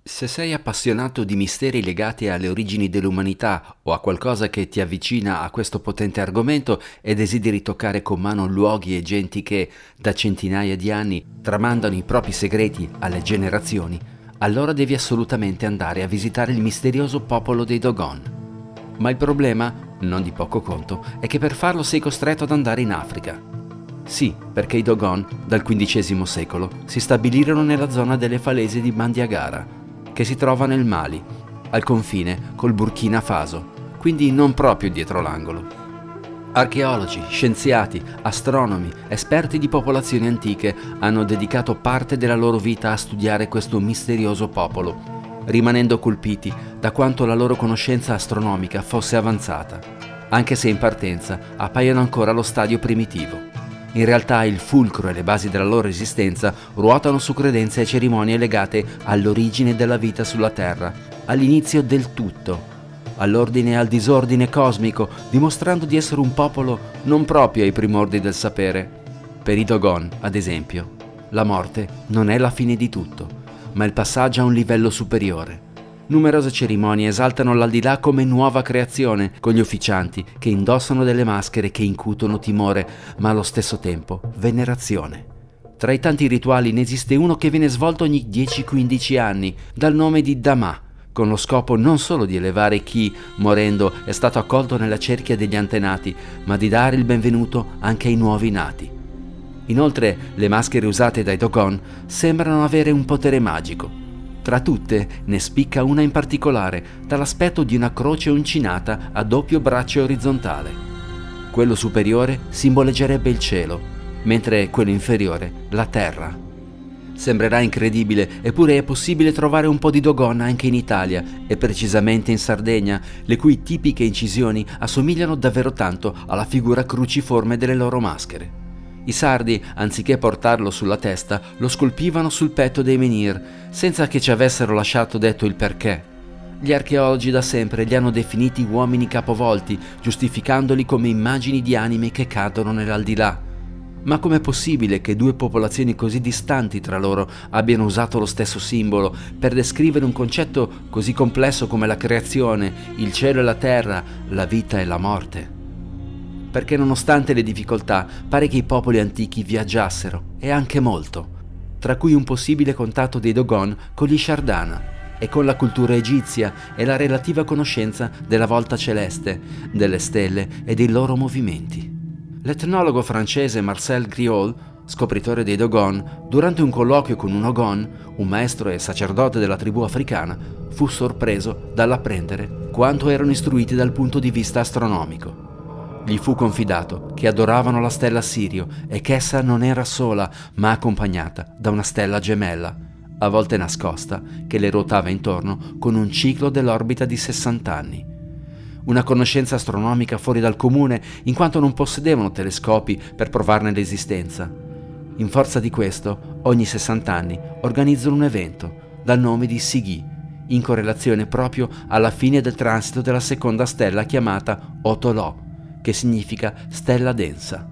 Se sei appassionato di misteri legati alle origini dell'umanità o a qualcosa che ti avvicina a questo potente argomento e desideri toccare con mano luoghi e genti che, da centinaia di anni, tramandano i propri segreti alle generazioni, allora devi assolutamente andare a visitare il misterioso popolo dei Dogon. Ma il problema, non di poco conto, è che per farlo sei costretto ad andare in Africa. Sì, perché i Dogon, dal XV secolo, si stabilirono nella zona delle falesie di Bandiagara, che si trova nel Mali, al confine col Burkina Faso, quindi non proprio dietro l'angolo. Archeologi, scienziati, astronomi, esperti di popolazioni antiche hanno dedicato parte della loro vita a studiare questo misterioso popolo, rimanendo colpiti da quanto la loro conoscenza astronomica fosse avanzata, anche se in partenza appaiono ancora allo stadio primitivo. In realtà il fulcro e le basi della loro esistenza ruotano su credenze e cerimonie legate all'origine della vita sulla Terra, all'inizio del tutto, all'ordine e al disordine cosmico, dimostrando di essere un popolo non proprio ai primordi del sapere. Per i Dogon, ad esempio, la morte non è la fine di tutto, ma il passaggio a un livello superiore. Numerose cerimonie esaltano l'aldilà come nuova creazione, con gli ufficianti che indossano delle maschere che incutono timore, ma allo stesso tempo venerazione. Tra i tanti rituali ne esiste uno che viene svolto ogni 10-15 anni, dal nome di Dama, con lo scopo non solo di elevare chi, morendo, è stato accolto nella cerchia degli antenati, ma di dare il benvenuto anche ai nuovi nati. Inoltre, le maschere usate dai Dogon sembrano avere un potere magico. Tra tutte ne spicca una in particolare, dall'aspetto di una croce uncinata a doppio braccio orizzontale. Quello superiore simboleggerebbe il cielo, mentre quello inferiore la terra. Sembrerà incredibile, eppure è possibile trovare un po' di Dogon anche in Italia, e precisamente in Sardegna, le cui tipiche incisioni assomigliano davvero tanto alla figura cruciforme delle loro maschere. I sardi, anziché portarlo sulla testa, lo scolpivano sul petto dei menhir, senza che ci avessero lasciato detto il perché. Gli archeologi da sempre li hanno definiti uomini capovolti, giustificandoli come immagini di anime che cadono nell'aldilà. Ma com'è possibile che due popolazioni così distanti tra loro abbiano usato lo stesso simbolo per descrivere un concetto così complesso come la creazione, il cielo e la terra, la vita e la morte? Perché nonostante le difficoltà pare che i popoli antichi viaggiassero, e anche molto, tra cui un possibile contatto dei Dogon con gli Shardana e con la cultura egizia e la relativa conoscenza della volta celeste, delle stelle e dei loro movimenti. L'etnologo francese Marcel Griaule, scopritore dei Dogon, durante un colloquio con un Ogon, un maestro e sacerdote della tribù africana, fu sorpreso dall'apprendere quanto erano istruiti dal punto di vista astronomico. Gli fu confidato che adoravano la stella Sirio e che essa non era sola, ma accompagnata da una stella gemella, a volte nascosta, che le ruotava intorno con un ciclo dell'orbita di 60 anni. Una conoscenza astronomica fuori dal comune, in quanto non possedevano telescopi per provarne l'esistenza. In forza di questo, ogni 60 anni organizzano un evento, dal nome di Sigi, in correlazione proprio alla fine del transito della seconda stella chiamata Otolò, che significa stella densa.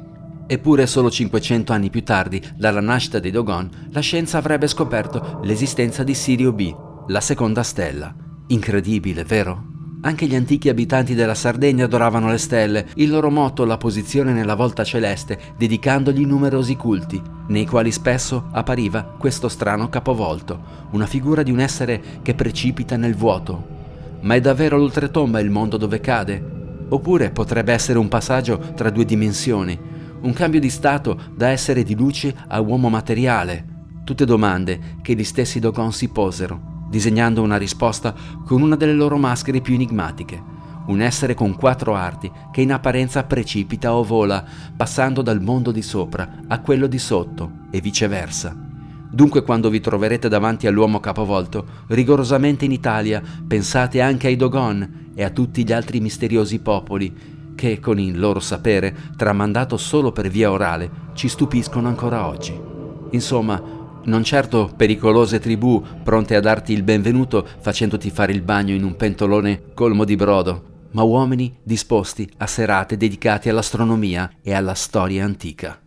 Eppure solo 500 anni più tardi, dalla nascita dei Dogon, la scienza avrebbe scoperto l'esistenza di Sirio B, la seconda stella. Incredibile, vero? Anche gli antichi abitanti della Sardegna adoravano le stelle, il loro motto la posizione nella volta celeste, dedicandogli numerosi culti, nei quali spesso appariva questo strano capovolto, una figura di un essere che precipita nel vuoto. Ma è davvero l'oltretomba il mondo dove cade? Oppure potrebbe essere un passaggio tra due dimensioni, un cambio di stato da essere di luce a uomo materiale. Tutte domande che gli stessi Dogon si posero, disegnando una risposta con una delle loro maschere più enigmatiche, un essere con 4 arti che in apparenza precipita o vola, passando dal mondo di sopra a quello di sotto e viceversa. Dunque quando vi troverete davanti all'uomo capovolto, rigorosamente in Italia, pensate anche ai Dogon e a tutti gli altri misteriosi popoli che, con il loro sapere, tramandato solo per via orale, ci stupiscono ancora oggi. Insomma, non certo pericolose tribù pronte a darti il benvenuto facendoti fare il bagno in un pentolone colmo di brodo, ma uomini disposti a serate dedicate all'astronomia e alla storia antica.